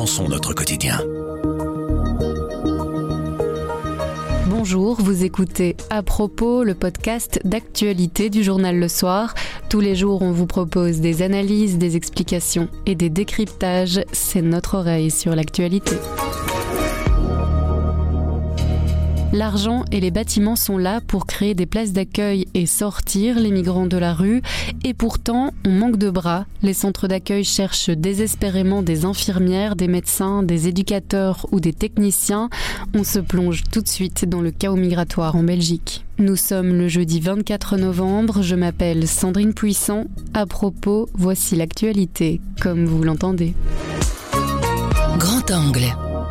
repensons notre quotidien. Bonjour, vous écoutez À propos, le podcast d'actualité du journal Le Soir. Tous les jours, on vous propose des analyses, des explications et des décryptages. C'est notre oreille sur l'actualité. L'argent et les bâtiments sont là pour créer des places d'accueil et sortir les migrants de la rue. Et pourtant, on manque de bras. Les centres d'accueil cherchent désespérément des infirmières, des médecins, des éducateurs ou des techniciens. On se plonge tout de suite dans le chaos migratoire en Belgique. Nous sommes le jeudi 24 novembre. Je m'appelle Sandrine Puissant. À propos, voici l'actualité, comme vous l'entendez. Grand angle.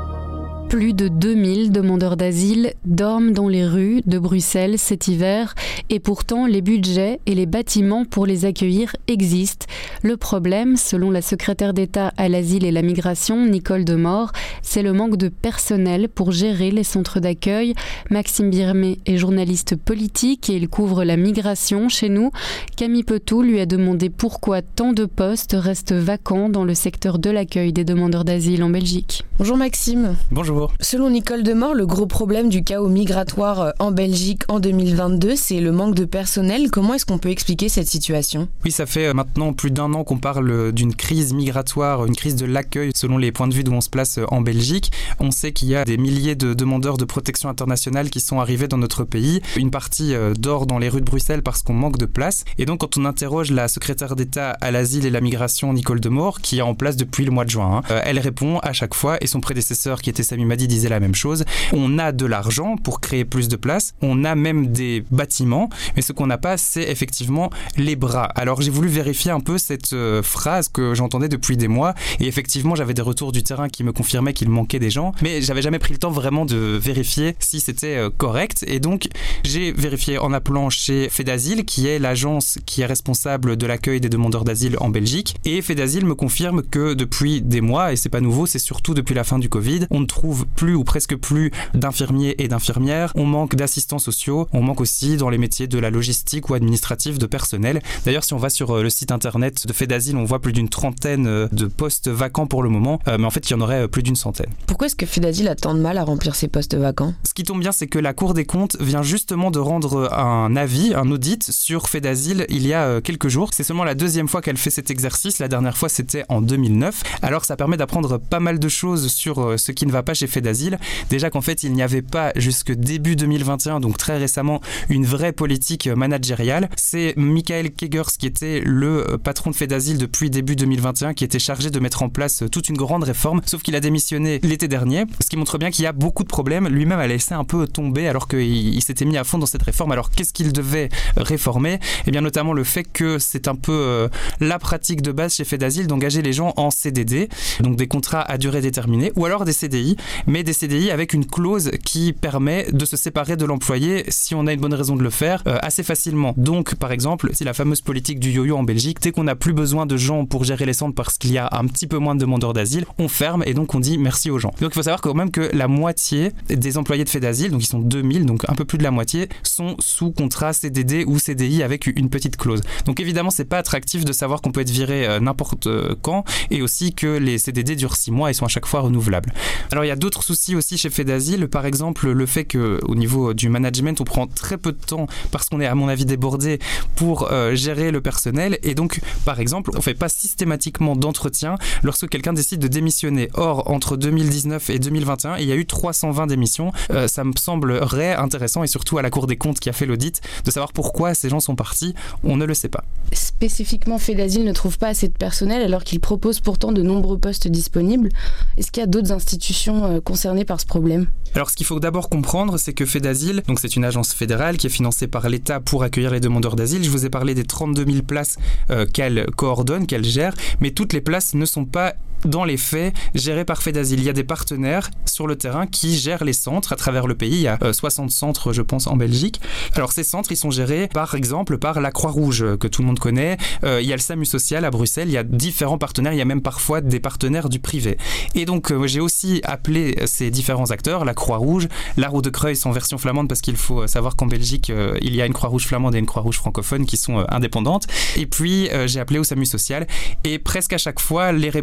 Plus de 2000 demandeurs d'asile dorment dans les rues de Bruxelles cet hiver et pourtant les budgets et les bâtiments pour les accueillir existent. Le problème, selon la secrétaire d'État à l'asile et la migration, Nicole Demore, c'est le manque de personnel pour gérer les centres d'accueil. Maxime Birmé est journaliste politique et il couvre la migration chez nous. Camille Petou lui a demandé pourquoi tant de postes restent vacants dans le secteur de l'accueil des demandeurs d'asile en Belgique. Bonjour Maxime. Bonjour. Selon Nicole Demore, le gros problème du chaos migratoire en Belgique en 2022, c'est le manque de personnel. Comment est-ce qu'on peut expliquer cette situation ? Oui, ça fait maintenant plus d'un an qu'on parle d'une crise migratoire, une crise de l'accueil selon les points de vue d'où on se place en Belgique. On sait qu'il y a des milliers de demandeurs de protection internationale qui sont arrivés dans notre pays. Une partie dort dans les rues de Bruxelles parce qu'on manque de place. Et donc quand on interroge la secrétaire d'État à l'asile et la migration, Nicole Demore, qui est en place depuis le mois de juin, elle répond à chaque fois, et son prédécesseur qui était Sami Madi disait la même chose, on a de l'argent pour créer plus de places, on a même des bâtiments, mais ce qu'on n'a pas, c'est effectivement les bras. Alors j'ai voulu vérifier un peu cette phrase que j'entendais depuis des mois, et effectivement j'avais des retours du terrain qui me confirmaient qu'il manquait des gens, mais j'avais jamais pris le temps vraiment de vérifier si c'était correct, et donc j'ai vérifié en appelant chez Fedasile, qui est l'agence qui est responsable de l'accueil des demandeurs d'asile en Belgique, et Fedasile me confirme que depuis des mois, et c'est pas nouveau, c'est surtout depuis la fin du Covid, on ne trouve plus ou presque plus d'infirmiers et d'infirmières, on manque d'assistants sociaux, on manque aussi dans les métiers de la logistique ou administrative de personnel. D'ailleurs, si on va sur le site internet de Fedasile, on voit plus d'une trentaine de postes vacants pour le moment, mais en fait, il y en aurait plus d'une centaine. Pourquoi est-ce que Fedasile a tant de mal à remplir ces postes vacants ? Ce qui tombe bien, c'est que la Cour des comptes vient justement de rendre un avis, un audit sur Fedasile il y a quelques jours. C'est seulement la deuxième fois qu'elle fait cet exercice, la dernière fois c'était en 2009. Alors ça permet d'apprendre pas mal de choses sur ce qui ne va pas chez Fedasile. Déjà qu'en fait, il n'y avait pas jusque début 2021, donc très récemment, une vraie politique managériale. C'est Michael Kegers, qui était le patron de Fedasile depuis début 2021, qui était chargé de mettre en place toute une grande réforme, sauf qu'il a démissionné l'été dernier, ce qui montre bien qu'il y a beaucoup de problèmes. Lui-même a laissé un peu tomber alors qu'il s'était mis à fond dans cette réforme. Alors qu'est-ce qu'il devait réformer ? Eh bien notamment le fait que c'est un peu la pratique de base chez Fedasile d'engager les gens en CDD, donc des contrats à durée déterminée, ou alors des CDI, mais des CDI avec une clause qui permet de se séparer de l'employé si on a une bonne raison de le faire assez facilement. Donc par exemple, si la fameuse politique du yo-yo en Belgique, dès qu'on n'a plus besoin de gens pour gérer les centres parce qu'il y a un petit peu moins de demandeurs d'asile, on ferme et donc on dit merci aux gens. Donc il faut savoir quand même que la moitié des employés de Fedasile, donc ils sont 2000, donc un peu plus de la moitié, sont sous contrat CDD ou CDI avec une petite clause. Donc évidemment, c'est pas attractif de savoir qu'on peut être viré n'importe quand, et aussi que les CDD durent 6 mois et sont à chaque fois renouvelables. Alors il y a d'autres soucis aussi chez Fedasile, par exemple le fait qu'au niveau du management, on prend très peu de temps parce qu'on est à mon avis débordé pour gérer le personnel, et donc par exemple on ne fait pas systématiquement d'entretien lorsque quelqu'un décide de démissionner. Or entre 2019 et 2021, il y a eu 320 démissions. Ça me semblerait intéressant, et surtout à la Cour des comptes qui a fait l'audit, de savoir pourquoi ces gens sont partis. On ne le sait pas. Spécifiquement, Fedasile ne trouve pas assez de personnel alors qu'il propose pourtant de nombreux postes disponibles. Est-ce qu'il y a d'autres institutions concernées par ce problème ? Alors ce qu'il faut d'abord comprendre, c'est que Fedasile, donc c'est une agence fédérale qui est financée par l'État pour accueillir les demandeurs d'asile. Je vous ai parlé des 32 000 places qu'elle coordonne, qu'elle gère, mais toutes les places ne sont pas dans les faits gérées par Fedasile. Il y a des partenaires sur le terrain qui gèrent les centres à travers le pays. Il y a 60 centres, je pense, en Belgique. Alors ces centres, ils sont gérés par exemple par la Croix-Rouge, que tout le monde connaît. Il y a le SAMU social à Bruxelles. Il y a différents partenaires. Il y a même parfois des partenaires du privé. Et donc j'ai aussi appelé ces différents acteurs, la Croix-Rouge, la Rode Kruis en version flamande, parce qu'il faut savoir qu'en Belgique, il y a une Croix-Rouge flamande et une Croix-Rouge francophone qui sont indépendantes. Et puis j'ai appelé au SAMU social, et presque à chaque fois, les réponses sont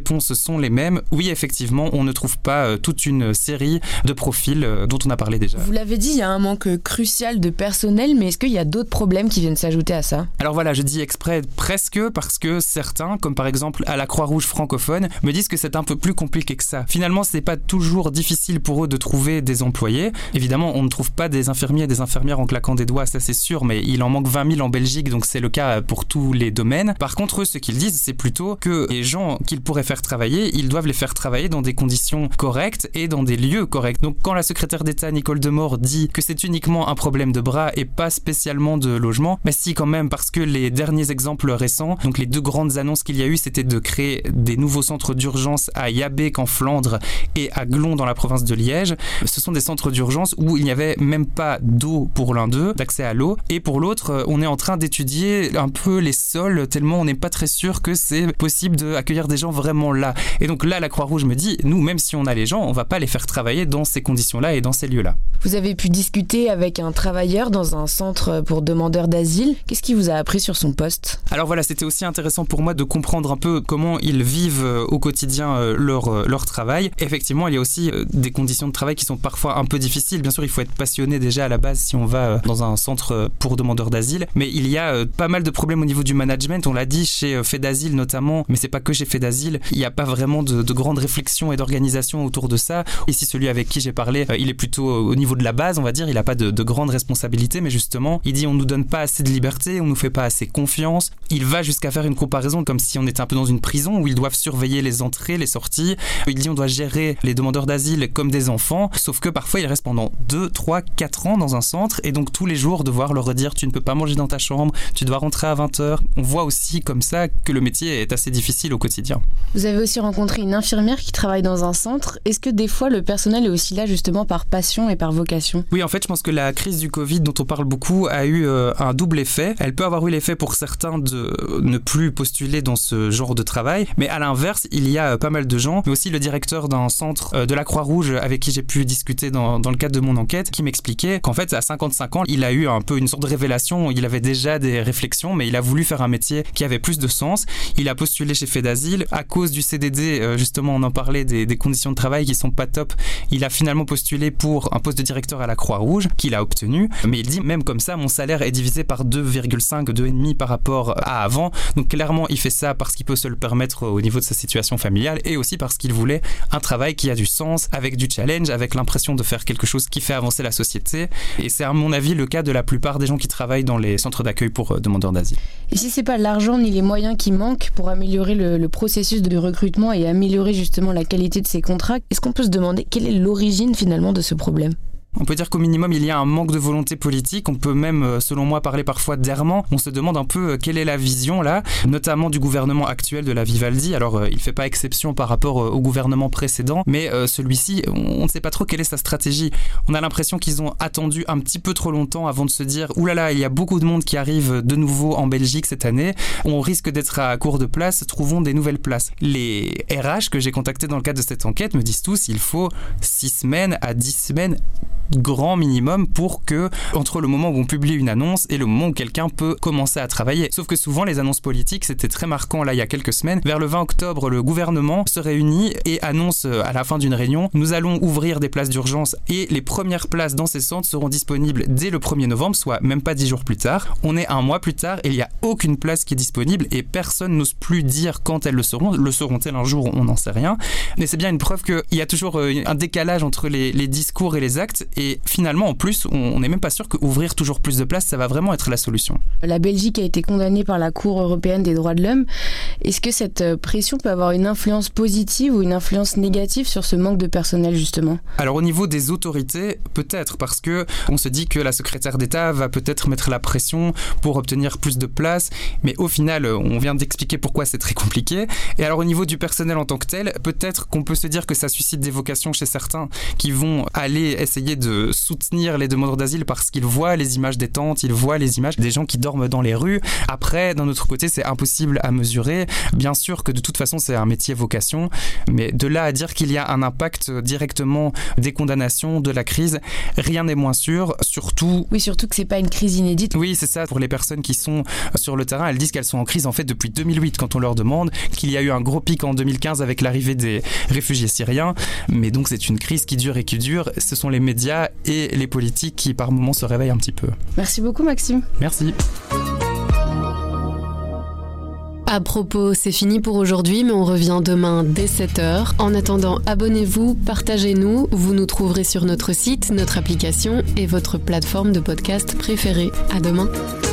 sont les mêmes. Oui, effectivement, on ne trouve pas toute une série de profils dont on a parlé déjà. Vous l'avez dit, il y a un manque crucial de personnel, mais est-ce qu'il y a d'autres problèmes qui viennent s'ajouter à ça ? Alors voilà, je dis exprès presque parce que certains, comme par exemple à la Croix-Rouge francophone, me disent que c'est un peu plus compliqué que ça. Finalement, c'est pas toujours difficile pour eux de trouver des employés. Évidemment, on ne trouve pas des infirmiers et des infirmières en claquant des doigts, ça c'est sûr, mais il en manque 20 000 en Belgique, donc c'est le cas pour tous les domaines. Par contre, eux, ce qu'ils disent, c'est plutôt que les gens qu'ils pourraient faire travailler, ils doivent les faire travailler dans des conditions correctes et dans des lieux corrects. Donc quand la secrétaire d'État Nicole Demore dit que c'est uniquement un problème de bras et pas spécialement de logement, mais si quand même, parce que les derniers exemples récents, donc les 2 grandes annonces qu'il y a eu, c'était de créer des nouveaux centres d'urgence à Yabeek en Flandre et à Glon dans la province de Liège. Ce sont des centres d'urgence où il n'y avait même pas d'eau pour l'un d'eux, d'accès à l'eau, et pour l'autre, on est en train d'étudier un peu les sols, tellement on n'est pas très sûr que c'est possible d'accueillir des gens vraiment là. Et donc là, la Croix-Rouge me dit, nous, même si on a les gens, on va pas les faire travailler dans ces conditions-là et dans ces lieux-là. Vous avez pu discuter avec un travailleur dans un centre pour demandeurs d'asile. Qu'est-ce qui vous a appris sur son poste ? Alors voilà, c'était aussi intéressant pour moi de comprendre un peu comment ils vivent au quotidien leur travail. Effectivement, il y a aussi des conditions de travail qui sont parfois un peu difficiles. Bien sûr, il faut être passionné déjà à la base si on va dans un centre pour demandeurs d'asile. Mais il y a pas mal de problèmes au niveau du management. On l'a dit chez Faidasile notamment, mais c'est pas que chez Faidasile. Il n'y a pas vraiment de grande réflexion et d'organisation autour de ça. Ici, celui avec qui j'ai parlé, il est plutôt au niveau de la base, on va dire. Il n'a pas de grande responsabilité, mais justement, il dit on nous donne pas assez de liberté, on nous fait pas assez confiance. Il va jusqu'à faire une comparaison comme si on était un peu dans une prison où ils doivent surveiller les entrées, les sorties. Il dit on doit gérer les demandeurs d'asile comme des enfants, sauf que parfois ils restent pendant 2, 3, 4 ans dans un centre et donc tous les jours devoir leur redire tu ne peux pas manger dans ta chambre, tu dois rentrer à 20h. On voit aussi comme ça que le métier est assez difficile au quotidien. Vous avez aussi rencontré une infirmière qui travaille dans un centre. Est-ce que des fois le personnel est aussi là justement par passion et par vocation ? Oui, en fait, je pense que la crise du Covid dont on parle beaucoup a eu un double effet. Elle peut avoir eu l'effet pour certains de ne plus postuler dans ce genre de travail, mais à l'inverse, il y a pas mal de gens, mais aussi le directeur d'un centre de la Croix-Rouge avec qui j'ai pu discuter dans le cadre de mon enquête, qui m'expliquait qu'en fait, à 55 ans, il a eu un peu une sorte de révélation. Il avait déjà des réflexions, mais il a voulu faire un métier qui avait plus de sens. Il a postulé chez Faidasile à cause du CDD, justement, on en parlait des conditions de travail qui sont pas top. Il a finalement postulé pour un poste de directeur à la Croix-Rouge, qu'il a obtenu. Mais il dit, même comme ça, mon salaire est divisé par 2,5, 2,5 par rapport à avant. Donc clairement, il fait ça parce qu'il peut se le permettre au niveau de sa situation familiale et aussi parce qu'il voulait un travail qui a du sens, avec du challenge, avec l'impression de faire quelque chose qui fait avancer la société. Et c'est à mon avis le cas de la plupart des gens qui travaillent dans les centres d'accueil pour demandeurs d'asile. Et si c'est pas l'argent ni les moyens qui manquent pour améliorer le processus de recrutement et améliorer justement la qualité de ces contrats, est-ce qu'on peut se demander quelle est l'origine finalement de ce problème ? On peut dire qu'au minimum, il y a un manque de volonté politique. On peut même, selon moi, parler parfois d'errement. On se demande un peu quelle est la vision, là, notamment du gouvernement actuel de la Vivaldi. Alors, il ne fait pas exception par rapport au gouvernement précédent, mais celui-ci, on ne sait pas trop quelle est sa stratégie. On a l'impression qu'ils ont attendu un petit peu trop longtemps avant de se dire « Ouh là là, il y a beaucoup de monde qui arrive de nouveau en Belgique cette année. On risque d'être à court de places. Trouvons des nouvelles places. » Les RH que j'ai contactés dans le cadre de cette enquête me disent tous il faut 6 semaines à 10 semaines grand minimum pour que, entre le moment où on publie une annonce et le moment où quelqu'un peut commencer à travailler. Sauf que souvent, les annonces politiques, c'était très marquant là il y a quelques semaines. Vers le 20 octobre, le gouvernement se réunit et annonce à la fin d'une réunion, nous allons ouvrir des places d'urgence et les premières places dans ces centres seront disponibles dès le 1er novembre, soit même pas 10 jours plus tard. On est un mois plus tard et il n'y a aucune place qui est disponible et personne n'ose plus dire quand elles le seront. Le seront-elles un jour? On n'en sait rien. Mais c'est bien une preuve qu'il y a toujours un décalage entre les discours et les actes. Et finalement, en plus, on n'est même pas sûr qu'ouvrir toujours plus de places, ça va vraiment être la solution. La Belgique a été condamnée par la Cour européenne des droits de l'homme. Est-ce que cette pression peut avoir une influence positive ou une influence négative sur ce manque de personnel, justement ? Alors, au niveau des autorités, peut-être, parce qu'on se dit que la secrétaire d'État va peut-être mettre la pression pour obtenir plus de places. Mais au final, on vient d'expliquer pourquoi c'est très compliqué. Et alors, au niveau du personnel en tant que tel, peut-être qu'on peut se dire que ça suscite des vocations chez certains qui vont aller essayer de soutenir les demandeurs d'asile parce qu'ils voient les images des tentes, ils voient les images des gens qui dorment dans les rues. Après, d'un autre côté, c'est impossible à mesurer. Bien sûr que de toute façon c'est un métier vocation, mais de là à dire qu'il y a un impact directement des condamnations, de la crise, rien n'est moins sûr, surtout... Oui, surtout que c'est pas une crise inédite. Oui, c'est ça, pour les personnes qui sont sur le terrain, elles disent qu'elles sont en crise en fait depuis 2008 quand on leur demande, qu'il y a eu un gros pic en 2015 avec l'arrivée des réfugiés syriens, mais donc c'est une crise qui dure et qui dure, ce sont les médias et les politiques qui par moments se réveillent un petit peu. Merci beaucoup Maxime. Merci. À propos, c'est fini pour aujourd'hui, mais on revient demain dès 7h. En attendant, abonnez-vous, partagez-nous. Vous nous trouverez sur notre site, notre application et votre plateforme de podcast préférée. À demain.